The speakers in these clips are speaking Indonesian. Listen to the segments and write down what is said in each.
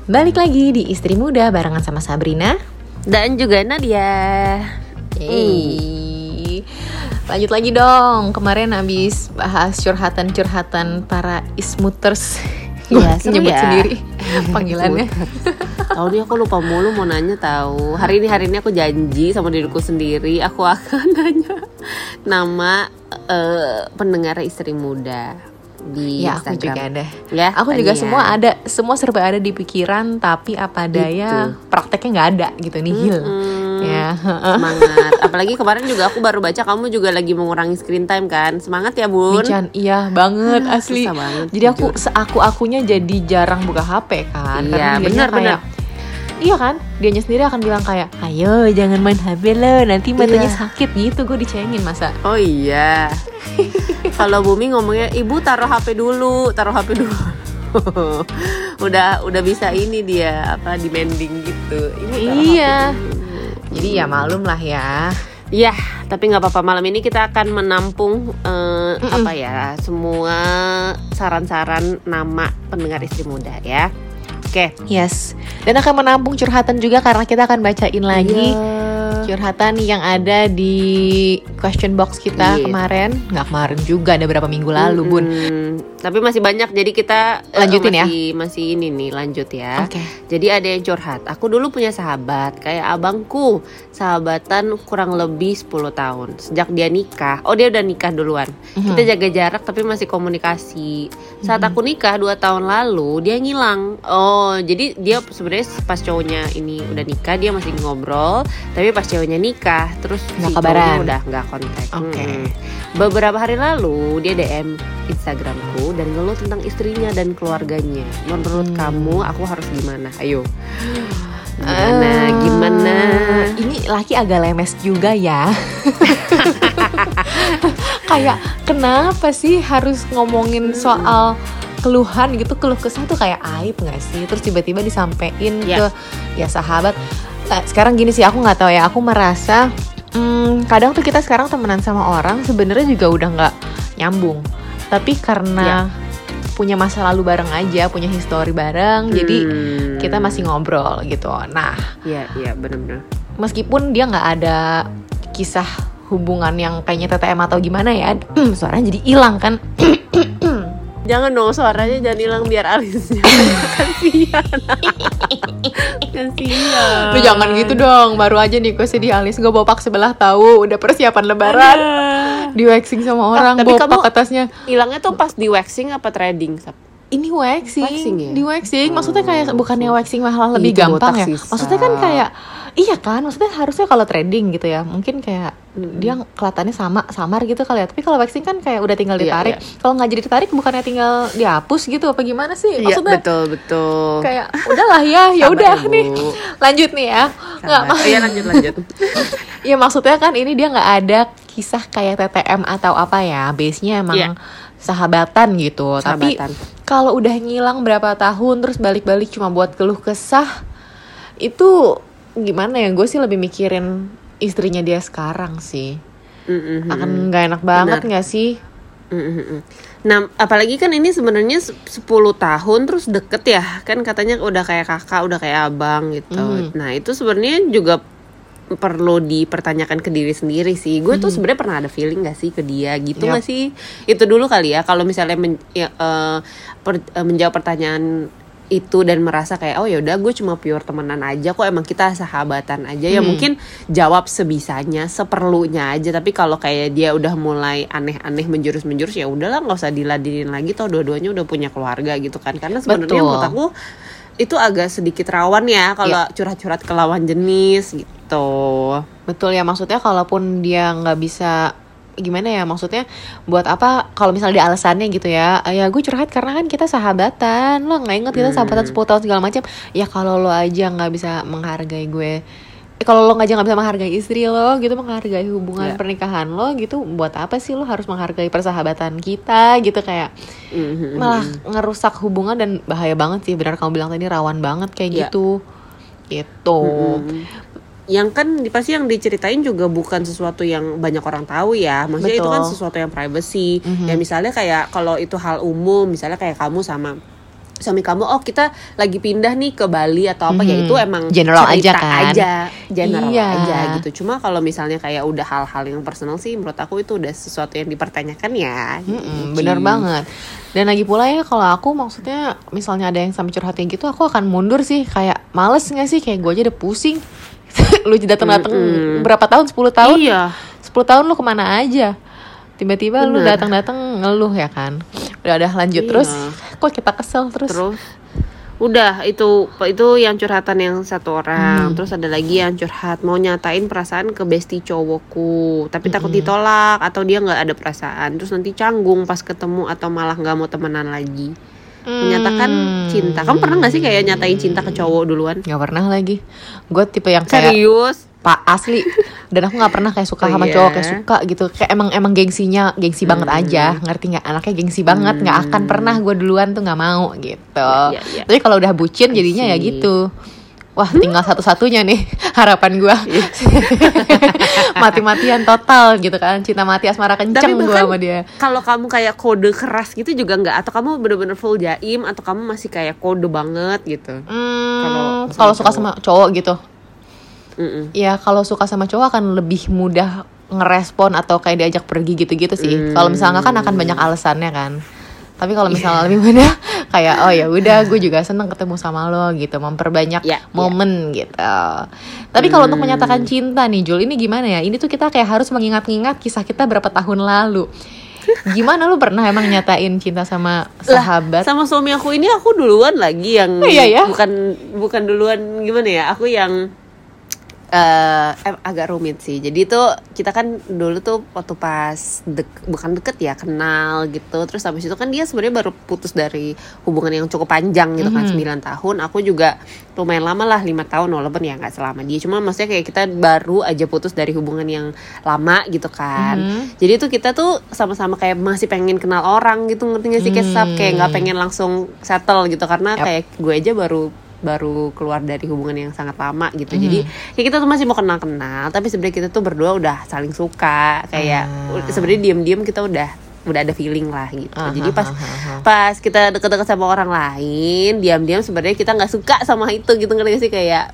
Balik lagi di Istri Muda barengan sama Sabrina dan juga Nadia. Lanjut lagi dong. Kemarin habis bahas curhatan-curhatan para ismuters. Iya, Gue nyebut sendiri panggilannya. Tahu nih, aku lupa mulu mau nanya tahu. Hari ini aku janji sama diriku sendiri, aku akan nanya nama pendengar Istri Muda di ya, Instagram. aku juga ada. Ya, aku juga semua serba ada di pikiran, tapi apa daya prakteknya nggak ada gitu, nihil. Ya. Semangat. Apalagi kemarin juga aku baru baca kamu juga lagi mengurangi screen time kan. Semangat ya Bun. Mican, iya banget asli. Banget, jadi aku-akunya jadi jarang buka HP kan. Iya, benar. Iya kan, dianya sendiri akan bilang kayak, ayo jangan main HP lo, nanti matanya sakit gitu. Gue dicengin masa. Oh iya. Kalau Bumi ngomongnya, ibu taruh HP dulu. udah bisa ini dia demanding gitu. Iya. Jadi ya malum lah ya. Ya, tapi nggak apa-apa, malam ini kita akan menampung semua saran-saran nama pendengar Istri Muda ya. Oke. Yes. Dan akan menampung curhatan juga karena kita akan bacain lagi curhatan yang ada di question box kita kemarin. Nggak kemarin juga, ada berapa minggu lalu Bun. Tapi masih banyak, jadi kita lanjutin masih ini nih, lanjut ya. Okay. Jadi ada yang curhat, aku dulu punya sahabat kayak abangku, sahabatan kurang lebih 10 tahun. Sejak dia nikah, dia udah nikah duluan. Kita jaga jarak tapi masih komunikasi. Saat aku nikah 2 tahun lalu, dia ngilang. Jadi dia sebenarnya pas cowoknya ini udah nikah, dia masih ngobrol, tapi pas cowoknya nikah terus si cowoknya udah nggak kontak. Beberapa hari lalu dia DM Instagramku dan ngeluh tentang istrinya dan keluarganya. Menurut kamu aku harus gimana? Ayo. Gimana? Ini laki agak lemes juga ya. Kayak kenapa sih harus ngomongin soal keluhan gitu, keluh kesah tuh kayak aib nggak sih? Terus tiba-tiba disampein ke sahabat. Nah, sekarang gini sih, aku nggak tahu ya. Aku merasa kadang tuh kita sekarang temenan sama orang sebenarnya juga udah nggak nyambung. Tapi karena punya masa lalu bareng aja, punya histori bareng, jadi kita masih ngobrol gitu. Nah, iya benar-benar. Meskipun dia nggak ada kisah hubungan yang kayaknya TTM atau gimana ya, suaranya jadi hilang kan. Jangan dong, suaranya jangan hilang biar alisnya. Kasihan. Lu jangan gitu dong, baru aja nih gue sedih alis, gue bopak sebelah tahu, udah persiapan lebaran. Di waxing sama orang, bopak atasnya. Hilangnya tuh pas di waxing apa threading? Ini waxing ya? Di waxing, maksudnya kayak bukannya waxing malah lebih gampang ya? Maksudnya kan kayak, iya kan, maksudnya harusnya kalau threading gitu ya, mungkin kayak dia kelihatannya samar gitu kali ya. Tapi kalau waxing kan kayak udah tinggal ditarik. Kalau nggak jadi ditarik, bukannya tinggal dihapus gitu? Apa gimana sih? Maksudnya betul. Kayak udahlah ya udah nih, lanjut nih ya. Lanjut. Ya maksudnya kan ini dia nggak ada kisah kayak TTM atau apa ya, base-nya emang sahabatan gitu. Tapi kalau udah ngilang berapa tahun terus balik-balik cuma buat keluh kesah, itu gimana ya? Gue sih lebih mikirin istrinya dia sekarang sih. Akan nggak enak banget nggak sih? Nah, apalagi kan ini sebenarnya 10 tahun terus deket ya, kan katanya udah kayak kakak, udah kayak abang gitu. Nah itu sebenarnya juga perlu dipertanyakan ke diri sendiri sih. Gue tuh sebenarnya pernah ada feeling gak sih ke dia gitu gak sih? Itu dulu kali ya, kalau misalnya menjawab pertanyaan itu dan merasa kayak ya udah gue cuma pure temenan aja kok, emang kita sahabatan aja ya, mungkin jawab sebisanya, seperlunya aja. Tapi kalau kayak dia udah mulai aneh-aneh, menjurus ya udahlah, nggak usah diladenin lagi, toh dua-duanya udah punya keluarga gitu kan. Karena sebenarnya menurut aku itu agak sedikit rawan ya kalau curhat-curhat ke lawan jenis gitu. Betul ya, maksudnya kalaupun dia nggak bisa, gimana ya, maksudnya buat apa kalau misalnya dia alasannya gitu ya gue curhat karena kan kita sahabatan, lo nggak inget kita sahabatan 10 tahun segala macam. Ya kalau lo aja nggak bisa menghargai gue, kalau lo aja nggak bisa menghargai istri lo gitu, menghargai hubungan pernikahan lo gitu, buat apa sih lo harus menghargai persahabatan kita gitu? Kayak malah ngerusak hubungan dan bahaya banget sih. Benar kamu bilang tadi, rawan banget kayak gitu. Yang kan pasti yang diceritain juga bukan sesuatu yang banyak orang tahu ya. Maksudnya itu kan sesuatu yang privacy. Ya misalnya kayak kalau itu hal umum, misalnya kayak kamu sama suami kamu, oh kita lagi pindah nih ke Bali atau apa, ya itu emang General aja cerita kan? general Iya. aja gitu. Cuma kalau misalnya kayak udah hal-hal yang personal sih, menurut aku itu udah sesuatu yang dipertanyakan ya. Bener banget. Dan lagi pula ya kalau aku maksudnya misalnya ada yang sampai curhat kayak gitu, aku akan mundur sih. Kayak males gak sih? Kayak gue aja udah pusing. Lu datang-datang berapa tahun? 10 tahun? Iya. 10 tahun lu kemana aja? Tiba-tiba lu Bener. datang-datang ngeluh ya kan? Udah lanjut Iya. terus. Kok kita kesel terus? Udah itu yang curhatan yang satu orang. Terus ada lagi yang curhat mau nyatain perasaan ke bestie cowokku, tapi takut ditolak atau dia nggak ada perasaan, terus nanti canggung pas ketemu atau malah nggak mau temenan lagi. Menyatakan cinta. Kamu pernah nggak sih kayak nyatain cinta ke cowok duluan? Gak pernah lagi. Gue tipe yang kayak Serius? Pak asli. Dan aku nggak pernah kayak suka sama cowok kayak suka gitu. Kayak emang gengsinya gengsi banget aja. Ngerti nggak? Anaknya gengsi banget. Nggak akan pernah gue duluan tuh nggak mau gitu. Iya. Tapi kalau udah bucin jadinya ya gitu. Wah tinggal satu-satunya nih harapan gue. Mati-matian total gitu kan. Cinta mati asmara kenceng gue sama dia. Kalau kamu kayak kode keras gitu juga nggak? Atau kamu bener-bener full jaim? Atau kamu masih kayak kode banget gitu? Kalau suka sama cowok gitu. Mm-mm. Ya kalau suka sama cowok akan lebih mudah ngerespon atau kayak diajak pergi gitu-gitu sih. Kalau misalnya kan akan banyak alasannya kan. Tapi kalau misalnya lebih mudah kayak oh ya udah gue juga seneng ketemu sama lo gitu, memperbanyak momen gitu. Tapi kalau untuk menyatakan cinta nih Jul, ini gimana ya? Ini tuh kita kayak harus mengingat-ingat kisah kita berapa tahun lalu. Gimana lu pernah emang nyatain cinta sama sahabat? Sama suami aku ini aku duluan lagi yang bukan duluan gimana ya? Aku yang agak rumit sih. Jadi tuh kita kan dulu tuh waktu pas bukan deket ya, kenal gitu. Terus habis itu kan dia sebenarnya baru putus dari hubungan yang cukup panjang gitu kan, 9 tahun. Aku juga lumayan lama lah, 5 tahun walaupun ya gak selama dia. Cuma maksudnya kayak kita baru aja putus dari hubungan yang lama gitu kan. Jadi tuh kita tuh sama-sama kayak masih pengen kenal orang gitu, ngerti gak sih? Kayak gak pengen langsung settle gitu. Karena kayak gue aja baru keluar dari hubungan yang sangat lama gitu. Jadi kayak kita tuh masih mau kenal-kenal, tapi sebenarnya kita tuh berdua udah saling suka. Kayak sebenarnya diam-diam kita udah ada feeling lah gitu. Jadi pas kita deket-deket sama orang lain, diam-diam sebenarnya kita nggak suka sama itu gitu, ngerti sih? Kayak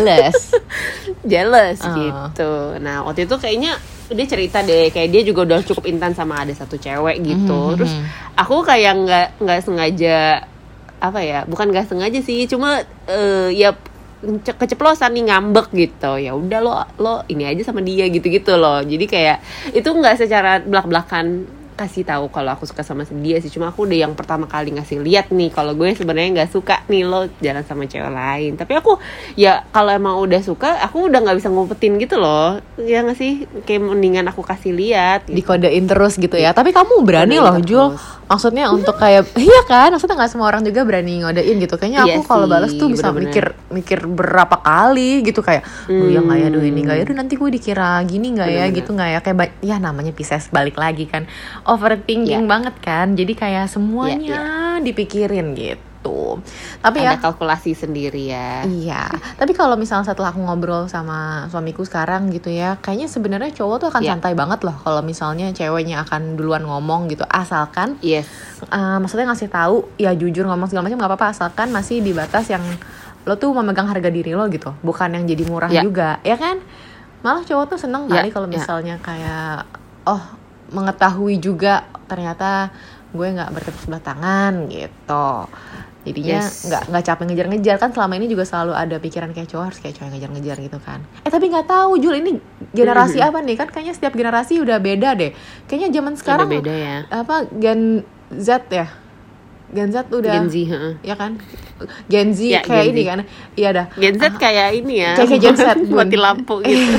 jealous gitu. Nah waktu itu kayaknya dia cerita deh, kayak dia juga udah cukup intan sama ada satu cewek gitu. Terus aku kayak nggak sengaja bukan nggak sengaja sih, cuma ya keceplosan nih, ngambek gitu. Ya udah lo ini aja sama dia gitu loh. Jadi kayak itu nggak secara belak-belakan kasih tahu kalau aku suka sama dia sih. Cuma aku udah yang pertama kali ngasih lihat nih kalau gue sebenarnya nggak suka nih lo jalan sama cewek lain. Tapi aku ya kalau emang udah suka, aku udah nggak bisa ngumpetin gitu loh. Ya nggak sih, kayak mendingan aku kasih lihat gitu. Dikodein terus gitu ya. Tapi kamu berani loh Jul. Maksudnya untuk kayak iya kan, maksudnya nggak semua orang juga berani ngodein gitu. Kayaknya aku kalau balas tuh bisa mikir berapa kali gitu, kayak ya nggak ya, ini nggak ya, nanti gue dikira gini nggak ya, gitu nggak ya, kayak ya namanya Pisces balik lagi kan, overthinking banget kan. Jadi kayak semuanya dipikirin gitu. Tapi ada kalkulasi sendiri ya. Iya. Tapi kalau misalnya setelah aku ngobrol sama suamiku sekarang gitu ya, kayaknya sebenarnya cowok tuh akan santai banget loh kalau misalnya ceweknya akan duluan ngomong gitu, asalkan maksudnya ngasih tahu ya jujur, ngomong segala macam nggak apa-apa, asalkan masih di batas yang lo tuh memegang harga diri lo gitu, bukan yang jadi murah juga, ya kan? Malah cowok tuh seneng kali kalau misalnya kayak mengetahui juga ternyata gue nggak bertepuk sebelah tangan gitu. Jadinya nggak capek ngejar-ngejar kan. Selama ini juga selalu ada pikiran kayak cowok harus kayak cowok yang ngejar-ngejar gitu kan. Tapi nggak tahu Jul, ini generasi apa nih? Kan kayaknya setiap generasi udah beda deh. Kayaknya zaman sekarang udah beda ya. Gen Z ya? Gen Z udah. Gen Z, ya kan? Gen Z kayak Gen Z. Ini kan. Iya dah. Gen Z kayak ini ya. Kayak Gen Z mati lampu gitu.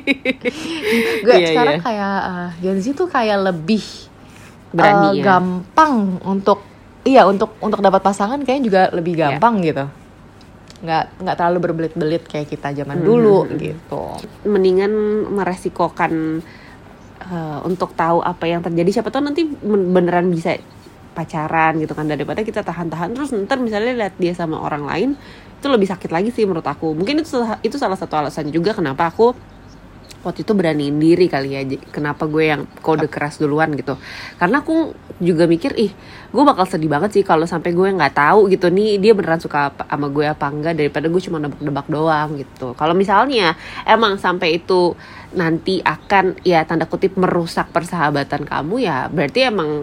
Gue sekarang kayak Gen Z tuh kayak lebih berani gampang untuk dapat pasangan, kayaknya juga lebih gampang gitu. Nggak terlalu berbelit-belit kayak kita zaman dulu gitu. Mendingan meresikokan untuk tahu apa yang terjadi, siapa tahu nanti beneran bisa pacaran gitu kan, daripada kita tahan-tahan terus ntar misalnya lihat dia sama orang lain, itu lebih sakit lagi sih menurut aku. Mungkin itu salah satu alasan juga kenapa aku waktu itu beraniin diri kali ya, kenapa gue yang kode keras duluan gitu, karena aku juga mikir gue bakal sedih banget sih kalau sampai gue nggak tahu gitu nih dia beneran suka sama gue apa enggak, daripada gue cuma nebak-nebak doang gitu. Kalau misalnya emang sampai itu nanti akan ya tanda kutip merusak persahabatan kamu, ya berarti emang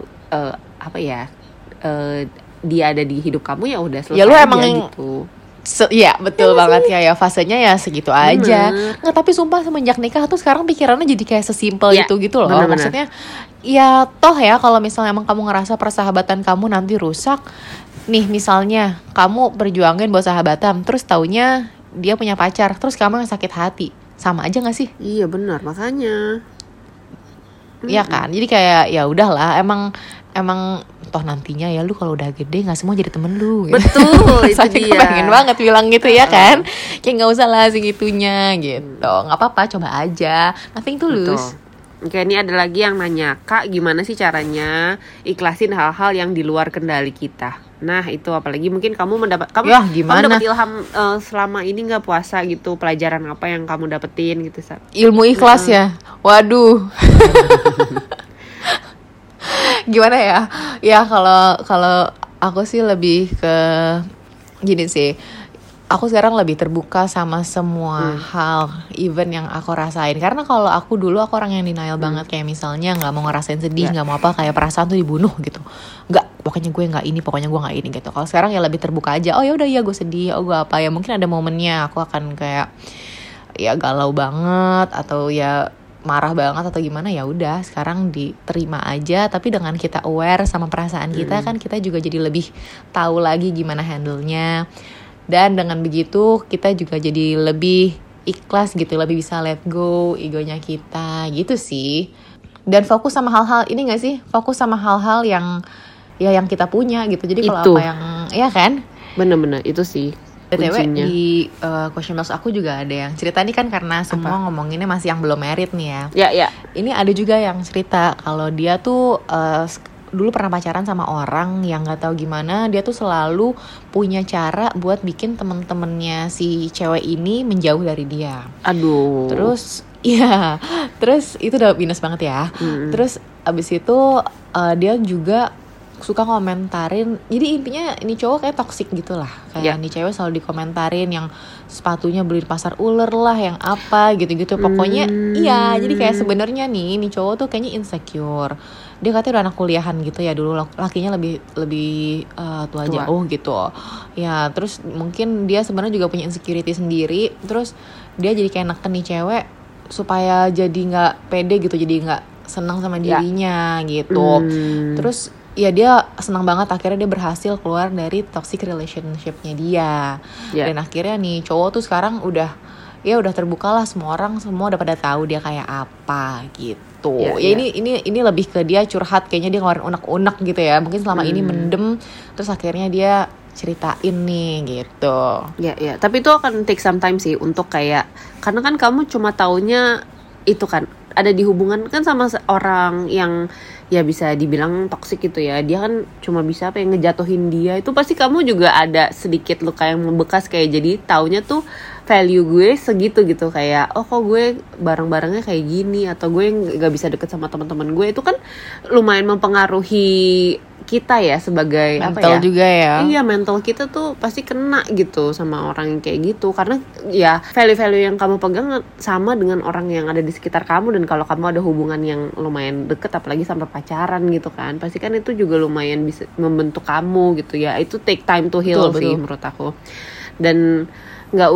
dia ada di hidup kamu, ya udah selesai Ya lu aja emang gitu. Ya betul banget ya fasenya ya segitu aja. Bener. Nggak, tapi sumpah semenjak nikah tuh sekarang pikirannya jadi kayak sesimpel Ya, itu gitu loh. bener-bener. Maksudnya ya toh ya kalau misalnya emang kamu ngerasa persahabatan kamu nanti rusak, nih misalnya kamu berjuangin buat sahabatan, terus taunya dia punya pacar, terus kamu yang sakit hati, sama aja nggak sih? Iya benar, makanya. Iya kan, jadi kayak ya udahlah, emang toh nantinya ya lu kalau udah gede nggak semua jadi temen lu gitu. Betul, itu Saya dia. pengen banget bilang gitu ya kan, kayak nggak usah lah segitunya gitu, nggak apa-apa, coba aja, nothing to lose. Betul. Oke, ini ada lagi yang nanya, Kak, gimana sih caranya ikhlasin hal-hal yang di luar kendali kita? Nah, itu apalagi mungkin kamu Yah, gimana? dapat ilham selama ini nggak puasa gitu, pelajaran apa yang kamu dapetin gitu, Sat? Ilmu ikhlas ya, waduh. Gimana ya? Ya kalau aku sih lebih ke gini sih. Aku sekarang lebih terbuka sama semua hal, even yang aku rasain. Karena kalau aku dulu aku orang yang denial banget, kayak misalnya nggak mau ngerasain sedih, nggak mau apa, kayak perasaan tuh dibunuh gitu. Nggak, pokoknya gue nggak ini, pokoknya gue nggak ini gitu. Kalau sekarang ya lebih terbuka aja. Oh ya udah, ya gue sedih, oh gue apa ya, mungkin ada momennya aku akan kayak ya galau banget atau ya marah banget atau gimana, ya udah sekarang diterima aja, tapi dengan kita aware sama perasaan kita kan kita juga jadi lebih tahu lagi gimana handle-nya, dan dengan begitu kita juga jadi lebih ikhlas gitu, lebih bisa let go egonya kita gitu sih, dan fokus sama hal-hal ini nggak sih, fokus sama hal-hal yang ya yang kita punya gitu. Jadi kalau apa yang ya kan, bener-bener itu sih BTW kuncinya. di question box aku juga ada yang cerita nih kan, karena semua ngomonginnya masih yang belum married nih ya. Ya. Ini ada juga yang cerita kalau dia tuh dulu pernah pacaran sama orang yang nggak tahu gimana, dia tuh selalu punya cara buat bikin temen-temennya si cewek ini menjauh dari dia. Aduh. Terus itu udah minus banget ya. Terus abis itu dia juga suka komentarin, jadi intinya ini cowok kayak toxic gitu lah, kayak ini cewek selalu dikomentarin yang sepatunya beli di pasar ular lah, yang apa gitu-gitu, pokoknya iya. Jadi kayak sebenarnya nih ini cowok tuh kayaknya insecure, dia katanya udah anak kuliahan gitu ya, dulu lakinya lebih tua jauh gitu ya. Terus mungkin dia sebenarnya juga punya insecurity sendiri, terus dia jadi kayak neken nih cewek supaya jadi nggak pede gitu, jadi nggak senang sama dirinya gitu. Terus ya dia senang banget, akhirnya dia berhasil keluar dari toxic relationship-nya dia. Dan akhirnya nih cowok tuh sekarang udah terbuka lah, semua orang semua udah pada tahu dia kayak apa gitu. Ini lebih ke dia curhat, kayaknya dia ngeluarin unek-unek gitu ya. Mungkin selama ini mendem, terus akhirnya dia ceritain nih gitu. Ya, tapi itu akan take some time sih untuk kayak, karena kan kamu cuma taunya itu kan ada di hubungan kan sama orang yang ya bisa dibilang toksik gitu ya, dia kan cuma bisa ngejatuhin dia, itu pasti kamu juga ada sedikit luka yang membekas, kayak jadi taunya tuh value gue segitu gitu, kayak oh kok gue bareng-barengnya kayak gini, atau gue nggak bisa deket sama teman-teman gue, itu kan lumayan mempengaruhi kita ya sebagai mental juga ya. Iya, mental kita tuh pasti kena gitu sama orang yang kayak gitu, karena ya value-value yang kamu pegang sama dengan orang yang ada di sekitar kamu, dan kalau kamu ada hubungan yang lumayan deket apalagi sampai pacaran gitu kan, pasti kan itu juga lumayan bisa membentuk kamu gitu ya. Itu take time to heal sih menurut aku. Dan nggak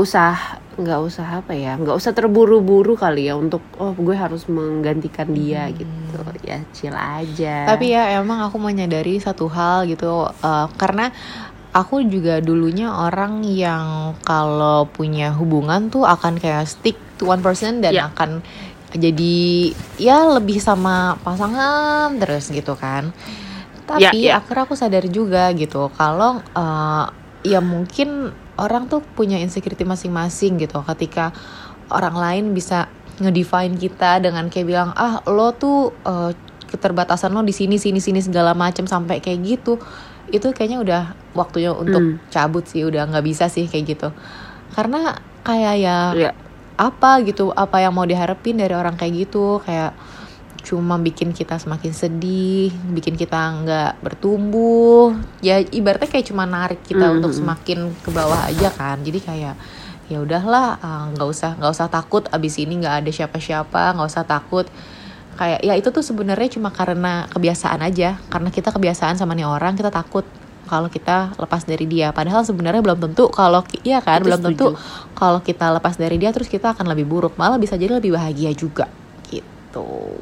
usah terburu-buru kali ya untuk gue harus menggantikan dia gitu ya, chill aja. Tapi ya emang aku menyadari satu hal gitu, karena aku juga dulunya orang yang kalau punya hubungan tuh akan kayak stick to one person dan akan jadi ya lebih sama pasangan terus gitu kan. Tapi akhirnya aku sadar juga gitu kalau ya mungkin orang tuh punya insecurity masing-masing gitu. Ketika orang lain bisa ngedefine kita dengan kayak bilang lo tuh keterbatasan lo di sini segala macam sampai kayak gitu, itu kayaknya udah waktunya untuk cabut sih, udah nggak bisa sih kayak gitu. Karena kayak apa gitu, apa yang mau diharapin dari orang kayak gitu, kayak cuma bikin kita semakin sedih, bikin kita nggak bertumbuh, ya ibaratnya kayak cuma narik kita untuk semakin ke bawah aja kan. Jadi kayak ya udahlah, nggak usah takut abis ini nggak ada siapa-siapa, nggak usah takut. Kayak ya itu tuh sebenarnya cuma karena kebiasaan aja, karena kita kebiasaan sama nih orang, kita takut kalau kita lepas dari dia. Padahal sebenarnya belum tentu kalau iya kan, belum tentu kalau kita lepas dari dia terus kita akan lebih buruk, malah bisa jadi lebih bahagia juga gitu.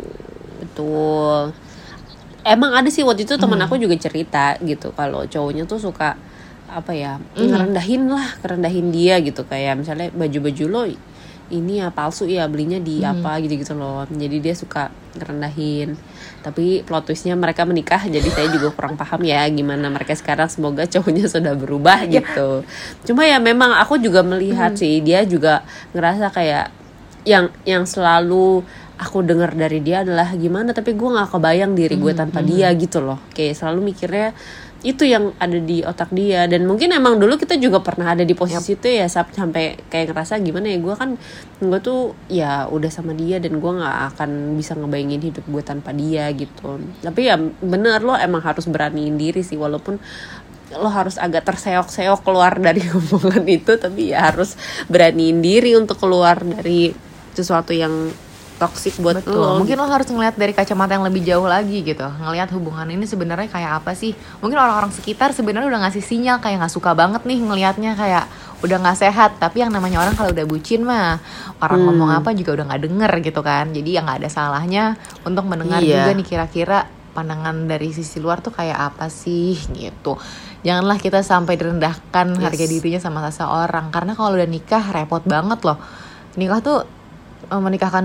Betul. Emang ada sih waktu itu teman aku juga cerita gitu kalau cowoknya tuh suka apa ya, ngerendahin dia gitu, kayak misalnya baju-baju lo ini ya palsu ya, belinya di apa gitu-gitu loh. Jadi dia suka ngerendahin. Tapi plot twistnya mereka menikah, jadi saya juga kurang paham ya gimana mereka sekarang. Semoga cowoknya sudah berubah gitu. Cuma ya memang aku juga melihat sih, dia juga ngerasa kayak yang selalu aku dengar dari dia adalah gimana, tapi gue nggak kebayang diri gue tanpa dia gitu loh. Kayak selalu mikirnya itu yang ada di otak dia. Dan mungkin emang dulu kita juga pernah ada di posisi itu ya, sampai kayak ngerasa gimana ya, gue tuh ya udah sama dia dan gue nggak akan bisa ngebayangin hidup gue tanpa dia gitu. Tapi ya bener, lo emang harus beraniin diri sih, walaupun lo harus agak terseok-seok keluar dari hubungan itu, tapi ya harus beraniin diri untuk keluar dari sesuatu yang toksik buat lo. Mungkin lo harus ngeliat dari kacamata yang lebih jauh lagi gitu, ngelihat hubungan ini sebenarnya kayak apa sih. Mungkin orang-orang sekitar sebenarnya udah ngasih sinyal kayak nggak suka banget nih ngelihatnya, kayak udah nggak sehat. Tapi yang namanya orang kalau udah bucin mah, orang ngomong apa juga udah nggak denger gitu kan. Jadi ya nggak ada salahnya untuk mendengar juga nih kira-kira pandangan dari sisi luar tuh kayak apa sih gitu. Janganlah kita sampai direndahkan harga dirinya sama seseorang, karena kalau udah nikah repot banget loh. Nikah tuh menikahkan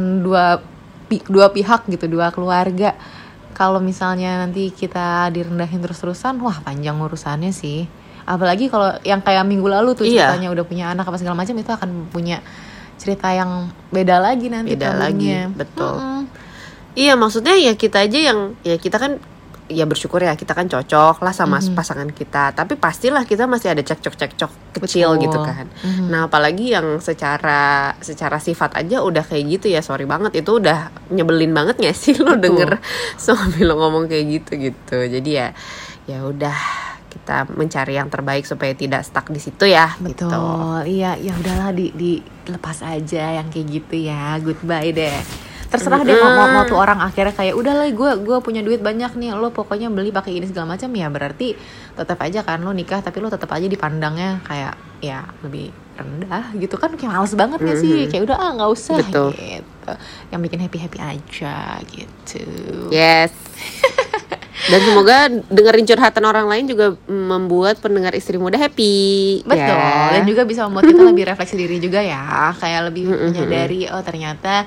dua pihak gitu, dua keluarga. Kalau misalnya nanti kita direndahin terus-terusan, wah panjang urusannya sih. Apalagi kalau yang kayak minggu lalu tuh ceritanya udah punya anak apa segala macam, itu akan punya cerita yang beda lagi nanti. Betul. Iya, maksudnya ya kita aja yang ya kita kan ya bersyukur ya kita kan cocok lah sama pasangan kita, tapi pastilah kita masih ada cekcok kecil gitu kan. Nah apalagi yang secara sifat aja udah kayak gitu ya, sorry banget, itu udah nyebelin banget nggak sih lo denger suami lo ngomong kayak gitu. Jadi ya udah, kita mencari yang terbaik supaya tidak stuck di situ ya. Betul gitu. Iya, ya udahlah, dilepas aja yang kayak gitu ya, goodbye deh. Terserah deh mau tuh orang akhirnya kayak udah lah, gue punya duit banyak nih, lo pokoknya beli pakai ini segala macam, ya berarti tetap aja kan lo nikah, tapi lo tetap aja dipandangnya kayak ya lebih rendah gitu kan, kayak males banget gak sih, kayak udah nggak usah. Betul. Gitu, yang bikin happy aja gitu. Yes. Dan semoga dengerin curhatan orang lain juga membuat pendengar Istri Muda happy. Betul ya. Dan juga bisa membuat kita lebih refleksi diri juga ya, kayak lebih menyadari oh ternyata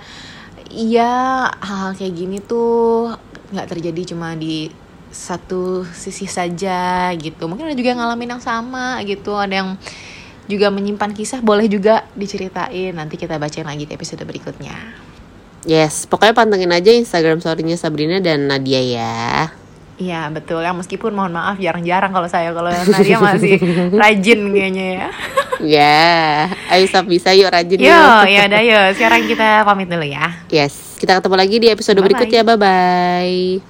iya, hal kayak gini tuh nggak terjadi cuma di satu sisi saja gitu. Mungkin ada juga yang ngalamin yang sama gitu. Ada yang juga menyimpan kisah, boleh juga diceritain. Nanti kita bacain lagi di episode berikutnya. Yes, pokoknya pantengin aja Instagram story-nya Sabrina dan Nadia ya. Iya betul ya, meskipun mohon maaf jarang-jarang kalau Nadia masih rajin kayaknya ya. Ya, ayo bisa yuk rajin yuk. Ya udah yuk, sekarang kita pamit dulu ya. Yes, kita ketemu lagi di episode berikutnya. Bye bye.